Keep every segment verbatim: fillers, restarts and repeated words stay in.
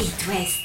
It West.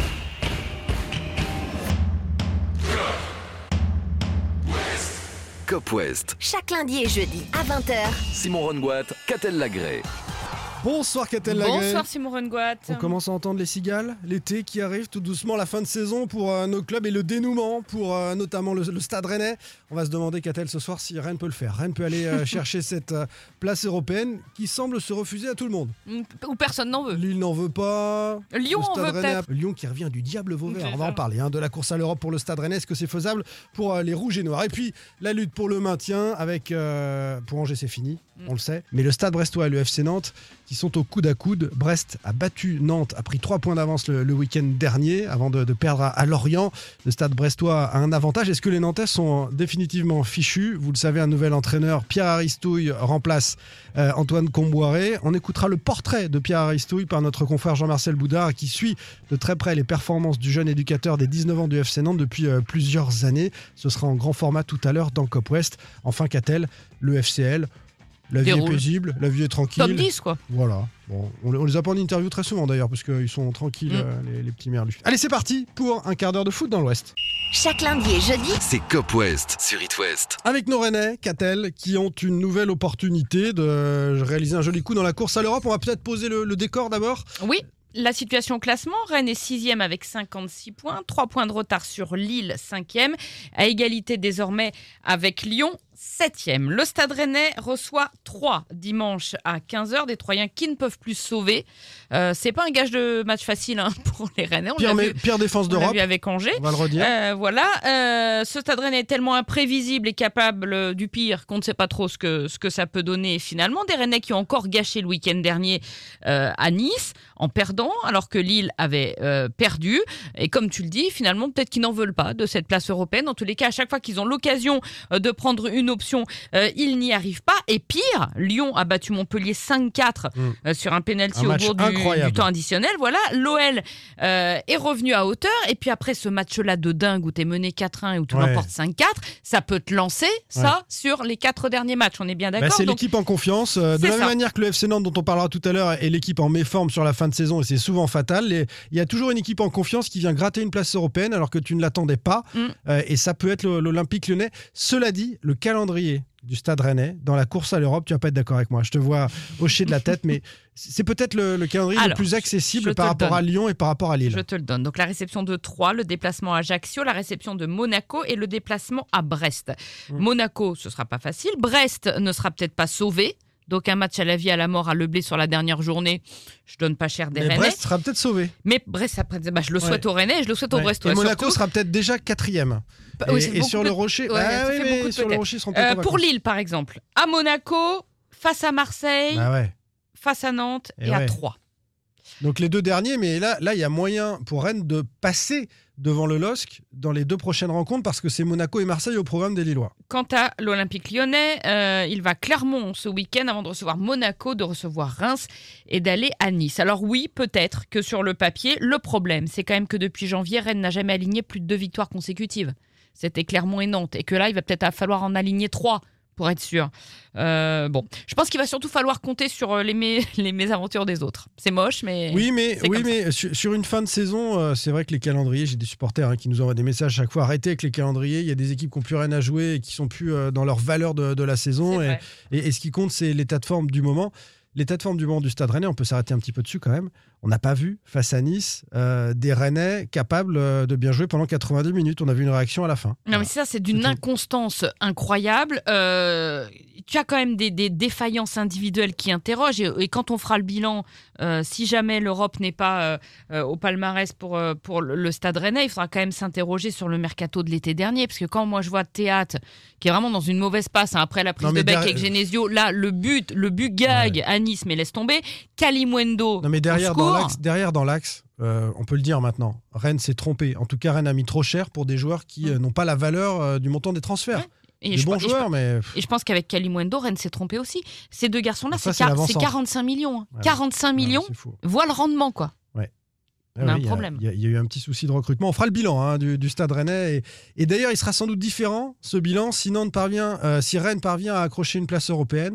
Cop West. Chaque lundi et jeudi à vingt heures. Simon Rongoat, Catel Lagré. Bonsoir Catel Lagré. Bonsoir Simon Rongoat. On commence à entendre les cigales, l'été qui arrive tout doucement, la fin de saison pour euh, nos clubs et le dénouement pour euh, notamment le, le Stade Rennais. On va se demander Catel ce soir si Rennes peut le faire. Rennes peut aller euh, chercher cette euh, place européenne qui semble se refuser à tout le monde. Ou personne n'en veut. Lille n'en veut pas. Lyon Le en Stade veut Rennais, peut-être. Lyon qui revient du diable Vauvert. C'est On va ça. en parler hein, de la course à l'Europe pour le Stade Rennais. Est-ce que c'est faisable pour euh, les Rouges et Noirs? Et puis la lutte pour le maintien avec euh, pour Angers c'est fini, Mm. on le sait. Mais le Stade Brestois et le F C Nantes qui sont au coude à coude. Brest a battu Nantes, a pris trois points d'avance le, le week-end dernier avant de, de perdre à, à Lorient. Le Stade Brestois a un avantage. Est-ce que les Nantais sont définitivement fichus? Vous le savez, un nouvel entraîneur, Pierre Aristouille, remplace euh, Antoine Comboiré. On écoutera le portrait de Pierre Aristouille par notre confrère Jean-Marcel Boudard qui suit de très près les performances du jeune éducateur des dix-neuf ans du F C Nantes depuis euh, plusieurs années. Ce sera en grand format tout à l'heure dans Cop West. Enfin, qu'a-t-elle le F C L? La vie Déroule. est paisible, la vie est tranquille. Top dix quoi. Voilà. Bon, on, on les a pas en interview très souvent d'ailleurs, parce qu'ils sont tranquilles, Mm. euh, les, les petits merlus. Allez, c'est parti pour un quart d'heure de foot dans l'Ouest. Chaque lundi et jeudi, C'est Cop West sur It West. Avec nos Rennais, Catel, qui ont une nouvelle opportunité de réaliser un joli coup dans la course à l'Europe. On va peut-être poser le, le décor d'abord. Oui. La situation au classement, Rennes est sixième avec cinquante-six points, trois points de retard sur Lille, cinquième, à égalité désormais avec Lyon, septième. Le Stade Rennais reçoit trois dimanche à quinze heures, des Troyens qui ne peuvent plus se sauver. Euh, c'est pas un gage de match facile hein, pour les Rennais, on Pire, l'a mais, vu, pire défense on l'a d'Europe, vu avec Angers. on va le redire. Euh, voilà, euh, ce Stade Rennais est tellement imprévisible et capable euh, du pire qu'on ne sait pas trop ce que, ce que ça peut donner finalement. Des Rennais qui ont encore gâché le week-end dernier euh, à Nice en perdant alors que Lille avait euh, perdu. Et comme tu le dis, finalement, peut-être qu'ils n'en veulent pas de cette place européenne. En tous les cas, à chaque fois qu'ils ont l'occasion euh, de prendre une option, euh, ils n'y arrivent pas. Et pire, Lyon a battu Montpellier cinq quatre Mm. euh, sur un pénalty Un au match bout du, incroyable. du temps additionnel. Voilà, l'O L euh, est revenu à hauteur. Et puis après ce match-là de dingue où tu es mené quatre un et où tu Ouais. l'emportes cinq quatre, ça peut te lancer, ça, sur les quatre derniers matchs. On est bien Bah, d'accord. c'est Donc, l'équipe en confiance. Euh, de C'est la même ça. manière que le F C Nantes dont on parlera tout à l'heure est l'équipe en méforme sur la fin de saison et c'est souvent fatal. Et il y a toujours une équipe en confiance qui vient gratter une place européenne alors que tu ne l'attendais pas. Mm. Euh, et ça peut être le- l'Olympique Lyonnais. Cela dit, le calendrier du Stade Rennais dans la course à l'Europe, tu vas pas être d'accord avec moi. Je te vois hocher de la tête, mais c'est peut-être le, le calendrier le Alors, plus je accessible te par le rapport donne. à Lyon et par rapport à Lille. je te le donne. Donc la réception de Troyes, le déplacement à Ajaccio, la réception de Monaco et le déplacement à Brest. Mm. Monaco, ce sera pas facile. Brest ne sera peut-être pas sauvé. Donc un match à la vie à la mort à Leblé sur la dernière journée, je donne pas cher des Mais Rennais. Brest sera peut-être sauvé. Mais Brest, après, bah, je le souhaite Ouais. aux Rennais et je le souhaite aux Ouais. Brestois. Et Monaco surtout. sera peut-être déjà quatrième. Bah, et oui, c'est et beaucoup sur de- le Rocher, Ouais, bah ça oui, fait mais beaucoup de sur le peut-être. Rocher, ils seront peut-être Euh, en pour vacances. Lille, par exemple, à Monaco, face à Marseille, Bah ouais. face à Nantes Et et, ouais. à Troyes. Donc les deux derniers, mais là, là, il y a moyen pour Rennes de passer devant le L O S C dans les deux prochaines rencontres parce que c'est Monaco et Marseille au programme des Lillois. Quant à l'Olympique lyonnais, euh, il va à Clermont ce week-end avant de recevoir Monaco, de recevoir Reims et d'aller à Nice. Alors oui, peut-être que sur le papier, le problème, c'est quand même que depuis janvier, Rennes n'a jamais aligné plus de deux victoires consécutives. C'était Clermont et Nantes. Et que là, il va peut-être falloir en aligner trois pour être sûr. Euh, bon, je pense qu'il va surtout falloir compter sur euh, les, mé- les mésaventures des autres. C'est moche, mais... Oui, mais, c'est oui, comme mais sur, sur une fin de saison, euh, c'est vrai que les calendriers, j'ai des supporters hein, qui nous envoient des messages chaque fois. Arrêtez avec les calendriers. Il y a des équipes qui n'ont plus rien à jouer et qui sont plus euh, dans leur valeur de, de la saison. C'est Et, vrai. et, et ce qui compte, c'est l'état de forme du moment. L'état de forme du moment du Stade Rennais, on peut s'arrêter un petit peu dessus quand même. On n'a pas vu, face à Nice, euh, des Rennais capables euh, de bien jouer pendant quatre-vingt-dix minutes. On a vu une réaction à la fin. Non, mais ça, c'est d'une C'est tout. inconstance incroyable. Euh, tu as quand même des, des défaillances individuelles qui interrogent. Et, et quand on fera le bilan, euh, si jamais l'Europe n'est pas euh, euh, au palmarès pour, euh, pour le, le Stade Rennais, il faudra quand même s'interroger sur le mercato de l'été dernier. Parce que quand moi je vois Théâtre, qui est vraiment dans une mauvaise passe, hein, après la prise Non, mais de bec derrière- avec Genesio, là, le but, le but gag Ouais. à Nice, mais laisse tomber. Kalimundo, Non, mais derrière, au dans secours. l'axe, derrière dans l'axe, euh, on peut le dire maintenant, Rennes s'est trompé. En tout cas, Rennes a mis trop cher pour des joueurs qui euh, n'ont pas la valeur euh, du montant des transferts. Ouais. Et Des je, bons et je- joueurs, mais Et je pense qu'avec Kalimundo, Rennes s'est trompé aussi. Ces deux garçons-là, Ça, c'est, c'est quar- l'avant-centre. c'est quarante-cinq millions. hein. Ouais. quarante-cinq millions, Ouais, c'est fou. voit le rendement, quoi. Ah On a un oui, il y a- problème. Il y, a- il y a eu un petit souci de recrutement. On fera le bilan hein, du, du Stade Rennais. Et, et d'ailleurs, il sera sans doute différent, ce bilan, si Nantes parvient, euh, si Rennes parvient à accrocher une place européenne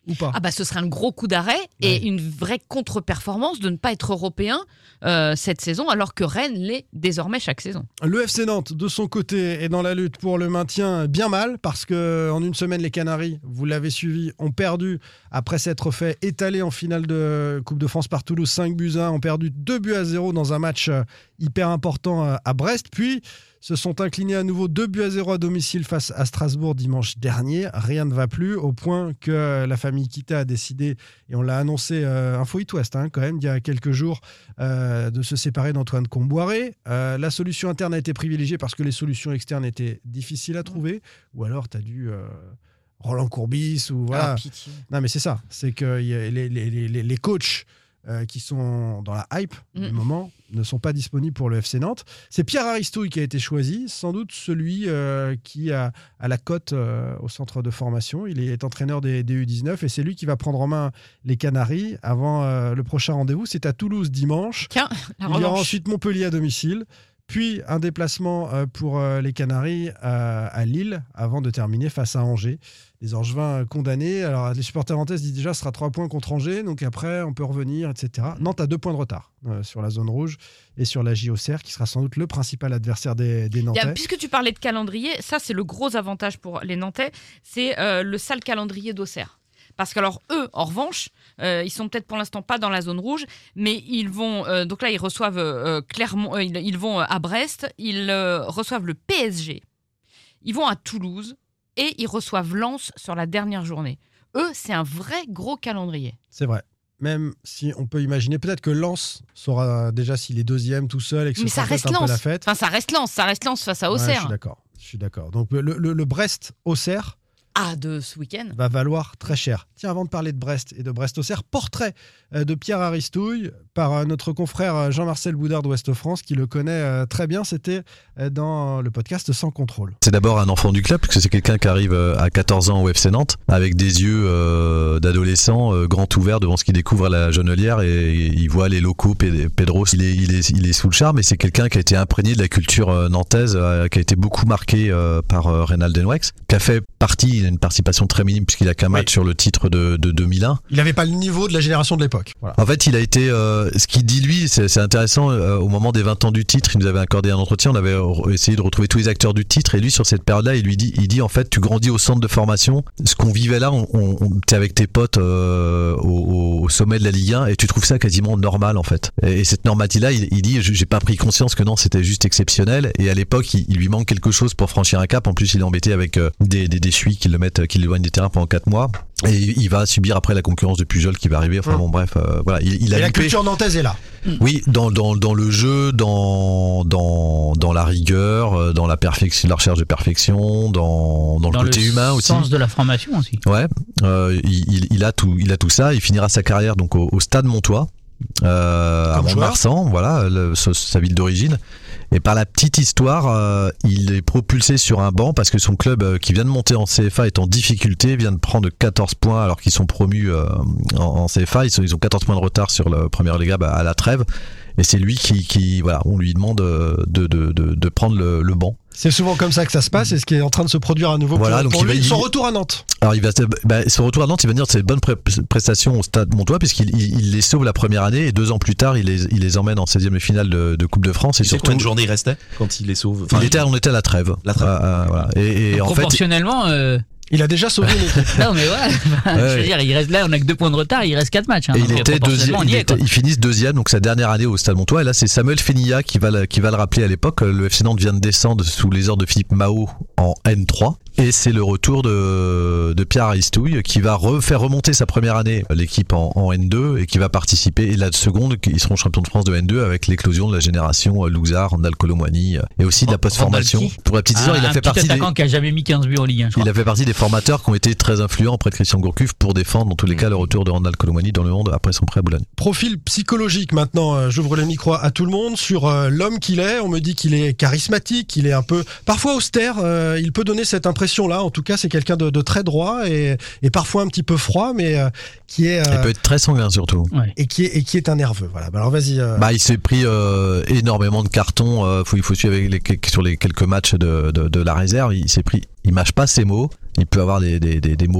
ou pas? Ah bah ce serait un gros coup d'arrêt et Ouais. une vraie contre-performance de ne pas être européen euh, cette saison, alors que Rennes l'est désormais chaque saison. Le F C Nantes, de son côté, est dans la lutte pour le maintien bien mal, parce qu'en une semaine, les Canaries, vous l'avez suivi, ont perdu, après s'être fait étaler en finale de Coupe de France par Toulouse, cinq buts à un, ont perdu deux buts à zéro dans un match hyper important à Brest, puis se sont inclinés à nouveau deux buts à zéro à domicile face à Strasbourg dimanche dernier. Rien ne va plus, au point que la famille Kita a décidé, et on l'a annoncé, euh, Info It West hein, quand même, il y a quelques jours, euh, de se séparer d'Antoine Comboiré. Euh, la solution interne a été privilégiée parce que les solutions externes étaient difficiles à trouver, ou alors tu as dû... Euh, Roland Courbis, ou voilà. Ah, pitié. Non mais c'est ça, c'est que y a les, les, les, les coachs euh, qui sont dans la hype Mm. du moment ne sont pas disponibles pour le F C Nantes. C'est Pierre Aristouille qui a été choisi, sans doute celui euh, qui a, a la cote euh, au centre de formation. Il est entraîneur des, des U dix-neuf et c'est lui qui va prendre en main les Canaries avant euh, le prochain rendez-vous. C'est à Toulouse dimanche. Tiens, la Il y aura revanche. ensuite Montpellier à domicile, puis un déplacement euh, pour euh, les Canaries à, à Lille avant de terminer face à Angers. Les Angevins condamnés. Alors, les supporters nantais disent déjà ce sera trois points contre Angers, donc après on peut revenir, et cetera. Nantes a deux points de retard euh, sur la zone rouge et sur la J Auxerre, qui sera sans doute le principal adversaire des, des Il y Nantais. a- puisque tu parlais de calendrier, ça c'est le gros avantage pour les Nantais, c'est euh, le sale calendrier d'Auxerre. Parce que alors eux, en revanche, euh, ils sont peut-être pour l'instant pas dans la zone rouge, mais ils vont euh, donc là ils reçoivent euh, Clermont, euh, ils, ils vont à Brest, ils euh, reçoivent le P S G, ils vont à Toulouse et ils reçoivent Lens sur la dernière journée. Eux, c'est un vrai gros calendrier. C'est vrai. Même si on peut imaginer, peut-être que Lens saura déjà s'il est deuxième tout seul et que ce Mais sera ça peut-être reste un peu Lens. la fête. Enfin, ça reste Lens, ça reste Lens face à Ouais, je Auxerre. suis d'accord. Je suis d'accord. Donc le, le, le Brest-Auxerre Ah, de ce week-end. va valoir très cher. Tiens, avant de parler de Brest et de Brest-Auxerre, portrait euh, de Pierre Aristouille par euh, notre confrère euh, Jean-Marcel Boudard d'Ouest France, qui le connaît euh, très bien. C'était euh, dans le podcast Sans Contrôle. C'est d'abord un enfant du club, puisque c'est quelqu'un qui arrive euh, à quatorze ans au F C Nantes, avec des yeux euh, d'adolescent euh, grands ouverts devant ce qu'il découvre à la Jonelière, et il voit les locaux, Pe- Pedro, il est, il, est, il est sous le charme, et c'est quelqu'un qui a été imprégné de la culture euh, nantaise, euh, qui a été beaucoup marqué euh, par euh, Reynald Denwex, qui a fait partie, il a une participation très minime, puisqu'il a qu'un match Oui. sur le titre de, de deux mille un. Il n'avait pas le niveau de la génération de l'époque. Voilà. En fait, il a été. Euh, ce qu'il dit lui, c'est, c'est intéressant. Euh, au moment des vingt ans du titre, il nous avait accordé un entretien. On avait re- essayé de retrouver tous les acteurs du titre. Et lui, sur cette période-là, il lui dit, il dit en fait, tu grandis au centre de formation. Ce qu'on vivait là, on, on, on- t'es avec tes potes euh, au, au sommet de la Ligue un, et tu trouves ça quasiment normal en fait. Et, et cette normalité-là, il, il dit, j'ai pas pris conscience que non, c'était juste exceptionnel. Et à l'époque, il, il lui manque quelque chose pour franchir un cap. En plus, il est embêté avec euh, des, des, des chuis qui le mettent, qui l'éloignent des terrains pendant quatre mois. Et il va subir après la concurrence de Pujol qui va arriver. Enfin Mmh. bon, bref, euh, voilà. Il, il a Et la loupé- culture nantaise est là. oui, dans, dans, dans le jeu, dans, dans, dans la rigueur, euh, dans la perfection, la recherche de perfection, dans, dans le Dans côté humain aussi. sens de la formation aussi. Ouais, euh, il, il, il a tout, il a tout ça. Il finira sa carrière donc au, au Stade Montois, euh, à Comme joueur. Mont-de-Marsan, voilà, le- sa, sa ville d'origine. Et par la petite histoire, euh, il est propulsé sur un banc parce que son club euh, qui vient de monter en C F A est en difficulté, vient de prendre quatorze points alors qu'ils sont promus euh, en, en C F A. Ils, sont, ils ont quatorze points de retard sur le Premier Liga bah, à la trêve. Et c'est lui qui, qui, voilà, on lui demande de, de, de, de prendre le, le banc. C'est souvent comme ça que ça se passe, et ce qui est en train de se produire à nouveau Voilà, pour, donc pour il va- lui. il- Son retour à Nantes. Alors il va, bah, son retour à Nantes, il va dire c'est bonne pré- prestation au Stade Montois puisqu'il il, il les sauve la première année, et deux ans plus tard il les, il les emmène en seizième de finale de, de Coupe de France. Et Tu sais surtout, combien de journées il restait quand il les sauve? Enfin, il était, on était à la trêve. La trêve. Ah, ah, voilà. Et, et Donc, en fait, proportionnellement, euh, Il a déjà sauvé une équipe. non mais ouais, je veux Ouais. dire, il reste là, on a que deux points de retard, il reste quatre matchs. Hein, et donc, il était deuxième, proportionnellement, on y il, est, était- quoi. ils finissent deuxième, donc sa dernière année au Stade Montois. Et là, c'est Samuel Fenilla qui va, le- qui va le rappeler à l'époque. Le F C Nantes vient de descendre sous les ordres de Philippe Mao en N trois. Et c'est le retour de, de Pierre Aristouille qui va refaire remonter sa première année, l'équipe en, en N deux, et qui va participer. Et la seconde, ils seront champions de France de N deux avec l'éclosion de la génération euh, Louzard, Randall Colomwani, euh, et aussi de la post-formation. Randall qui Pour la petite histoire, Un- il a un fait petit partie des, attaquant qui a jamais mis quinze buts en Ligue un, je crois. il a fait partie des formateurs qui ont été très influents auprès de Christian Gourcuff pour défendre, dans tous les cas, le retour de Randall Colomwani dans le monde après son prêt à Boulogne. Profil psychologique maintenant, euh, j'ouvre le micro à tout le monde sur euh, l'homme qu'il est. On me dit qu'il est charismatique, qu'il est un peu parfois austère, euh, il peut donner cette impression là. En tout cas, c'est quelqu'un de, de très droit et, et parfois un petit peu froid, mais euh, qui est Il euh, peut être très sanguin surtout. Ouais. et qui est et qui est un nerveux. Voilà. Bah, alors vas-y. euh, Bah, il s'est pris euh, énormément de cartons. Euh, faut, il faut suivre avec les, sur les quelques matchs de, de, de la réserve. Il s'est pris, il mâche pas ses mots. Il peut avoir des, des, des, des mots très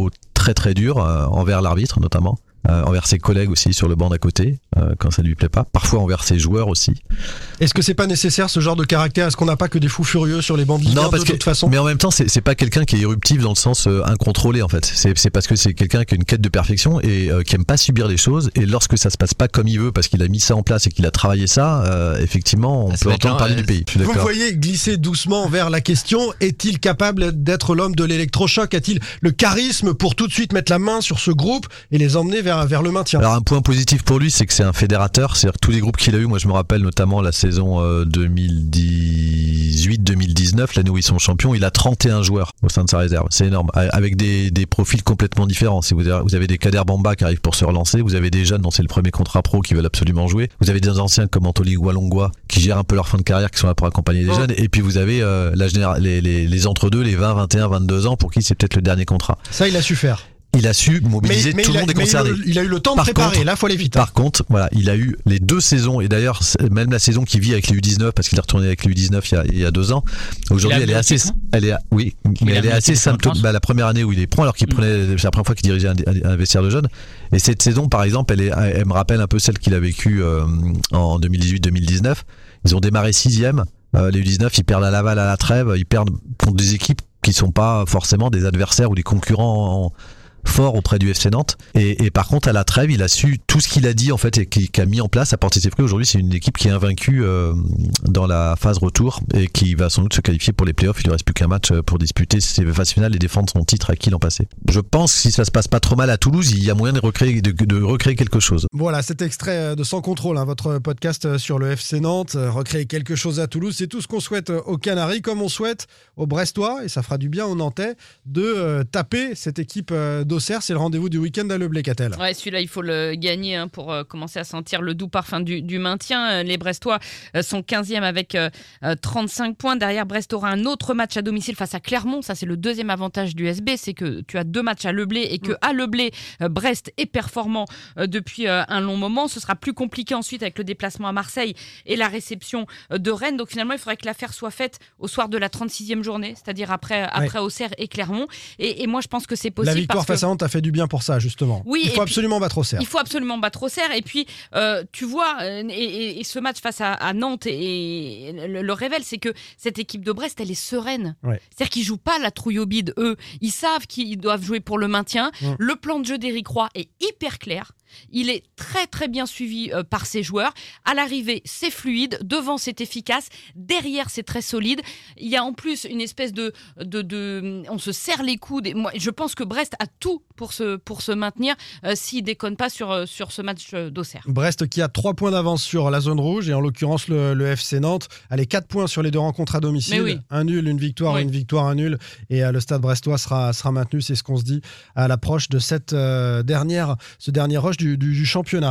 très très dur euh, envers l'arbitre notamment. Euh, envers ses collègues aussi sur le banc d'à côté euh, quand ça lui plaît pas, parfois envers ses joueurs aussi. Est-ce que c'est pas nécessaire ce genre de caractère? Est-ce qu'on n'a pas que des fous furieux sur les bancs de Ligue un Non, parce de que, toute façon? mais en même temps c'est, c'est pas quelqu'un qui est éruptif dans le sens euh, incontrôlé en fait. C'est, c'est parce que c'est quelqu'un qui a une quête de perfection et euh, qui aime pas subir les choses, et lorsque ça se passe pas comme il veut parce qu'il a mis ça en place et qu'il a travaillé ça, euh, effectivement on Ah, peut entendre parler ouais. du pays. Je suis Vous d'accord. voyez glisser doucement vers la question, est-il capable d'être l'homme de l'électrochoc? A-t-il le charisme pour tout de suite mettre la main sur ce groupe et les emmener vers, vers le maintien? Alors un point positif pour lui, c'est que c'est un fédérateur, c'est-à-dire que tous les groupes qu'il a eu, moi je me rappelle notamment la saison euh, deux mille dix-huit deux mille dix-neuf, l'année où ils sont champions, il a trente et un joueurs au sein de sa réserve, c'est énorme, avec des, des profils complètement différents. Si vous avez, vous avez des Kader Bamba qui arrivent pour se relancer, vous avez des jeunes dont c'est le premier contrat pro qui veulent absolument jouer, vous avez des anciens comme Anthony Walongwa qui gèrent un peu leur fin de carrière, qui sont là pour accompagner les Oh. jeunes, et puis vous avez euh, la généra- les, les, les entre-deux, les vingt, vingt et un, vingt-deux ans pour qui c'est peut-être le dernier contrat. Ça, il a su faire. Il a su mobiliser, tout il le a, monde est mais il a- concerné. il a eu le temps de Par préparer, contre- là, faut aller vite. hein. Par contre, voilà, il a eu les deux saisons, et d'ailleurs, c'est- même la saison qu'il vit avec les U dix-neuf, parce qu'il est retourné avec les U dix-neuf il y a, il y a deux ans. Aujourd'hui, Il a elle est amené assez, le titre, non elle est, oui, mais a elle est amené assez le titre en symptôme. France. Bah, la première année où il les prend, alors qu'il Mm. prenait, c'est la première fois qu'il dirigeait un, un, un vestiaire de jeunes. Et cette saison, par exemple, elle est, elle me rappelle un peu celle qu'il a vécue euh, en deux mille dix-huit deux mille dix-neuf. Ils ont démarré sixième. Euh, les U dix-neuf, ils perdent à Laval à la trêve. Ils perdent contre des équipes qui sont pas forcément des adversaires ou des concurrents en, fort auprès du F C Nantes, et, et par contre à la trêve il a su tout ce qu'il a dit en fait et qui, qui a mis en place, a porté ses fruits. Aujourd'hui c'est une équipe qui est invaincue euh, dans la phase retour et qui va sans doute se qualifier pour les playoffs. Il lui reste plus qu'un match pour disputer ses phases finales et défendre son titre acquis l'an passé. Je pense que si ça se passe pas trop mal à Toulouse, il y a moyen de recréer, de, de recréer quelque chose. Voilà, cet extrait de Sans Contrôle, hein, votre podcast sur le F C Nantes, euh, recréer quelque chose à Toulouse, c'est tout ce qu'on souhaite aux Canaries, comme on souhaite aux Brestois, et ça fera du bien aux Nantais, de euh, taper cette équipe euh, d'Auxerre. C'est le rendez-vous du week-end à Le Blé-Catel. Ouais, celui-là, il faut le gagner hein, pour euh, commencer à sentir le doux parfum du, du maintien. Les Brestois euh, sont quinzième avec euh, trente-cinq points. Derrière, Brest aura un autre match à domicile face à Clermont. Ça, c'est le deuxième avantage du S B, c'est que tu as deux matchs à Le Blé et que à Le Blé, euh, Brest est performant euh, depuis euh, un long moment. Ce sera plus compliqué ensuite avec le déplacement à Marseille et la réception euh, de Rennes. Donc finalement, il faudrait que l'affaire soit faite au soir de la trente-sixième journée, c'est-à-dire après, après Auxerre et Clermont. Et, et moi, je pense que c'est possible. La victoire parce que... face à Nantes a fait du bien pour ça, justement. Oui, il faut et absolument puis, battre Auxerre. Il faut absolument battre Auxerre. Et puis, euh, tu vois, euh, et, et, et ce match face à, à Nantes et, et le, le révèle, c'est que cette équipe de Brest, elle est sereine. Ouais. C'est-à-dire qu'ils jouent pas la trouille au bide, eux. Ils savent qu'ils doivent jouer pour le maintien. Ouais. Le plan de jeu d'Éric Roy est hyper clair. Il est très très bien suivi euh, par ses joueurs. À l'arrivée, c'est fluide. Devant, c'est efficace. Derrière, c'est très solide. Il y a en plus une espèce de... de, de on se serre les coudes. Et moi, je pense que Brest a tout pour se, pour se maintenir euh, s'il ne déconne pas sur, euh, sur ce match euh, d'Auxerre. Brest qui a trois points d'avance sur la zone rouge et en l'occurrence le, le F C Nantes. Allez, quatre points sur les deux rencontres à domicile. Mais oui. Un nul, une victoire, Oui. une victoire, un nul. Et euh, le stade brestois sera, sera maintenu. C'est ce qu'on se dit à l'approche de cette euh, dernière, ce dernier rush du, du, du championnat.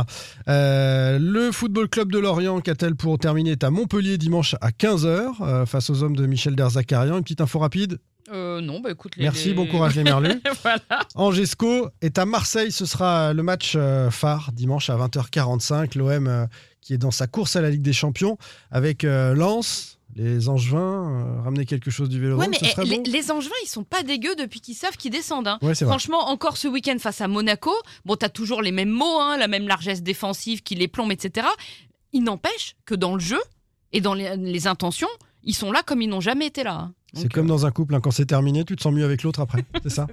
Euh, le Football Club de Lorient, qu'a-t-elle pour terminer, est à Montpellier dimanche à quinze heures euh, face aux hommes de Michel Derzakarian. Une petite info rapide. Euh, non, bah écoute... Les, Merci, les... bon courage les Merlus. Voilà. Angesco est à Marseille, ce sera le match euh, phare dimanche à vingt heures quarante-cinq. L'O M euh, qui est dans sa course à la Ligue des Champions avec euh, Lens. Les Angevins, euh, ramener quelque chose du Vélodrome, Ouais, mais ce serait eh, beau. les, les Angevins, ils sont pas dégueux depuis qu'ils savent qu'ils descendent. Hein. Ouais, c'est vrai. Franchement, encore ce week-end face à Monaco, bon, t'as toujours les mêmes mots, hein, la même largesse défensive qui les plombe, et cetera. Il n'empêche que dans le jeu et dans les, les intentions, ils sont là comme ils n'ont jamais été là. Hein. C'est Donc, comme dans un couple, hein, quand c'est terminé, tu te sens mieux avec l'autre après, c'est ça.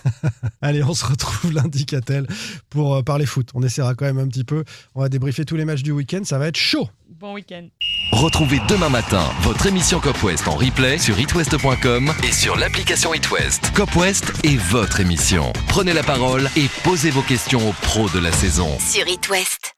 Allez, on se retrouve lundi, Catel, pour euh, parler foot. On essaiera quand même un petit peu. On va débriefer tous les matchs du week-end, ça va être chaud. Bon week-end. Retrouvez demain matin votre émission Cop West en replay sur it west point com et sur l'application It West. Cop West est votre émission. Prenez la parole et posez vos questions aux pros de la saison. Sur It West.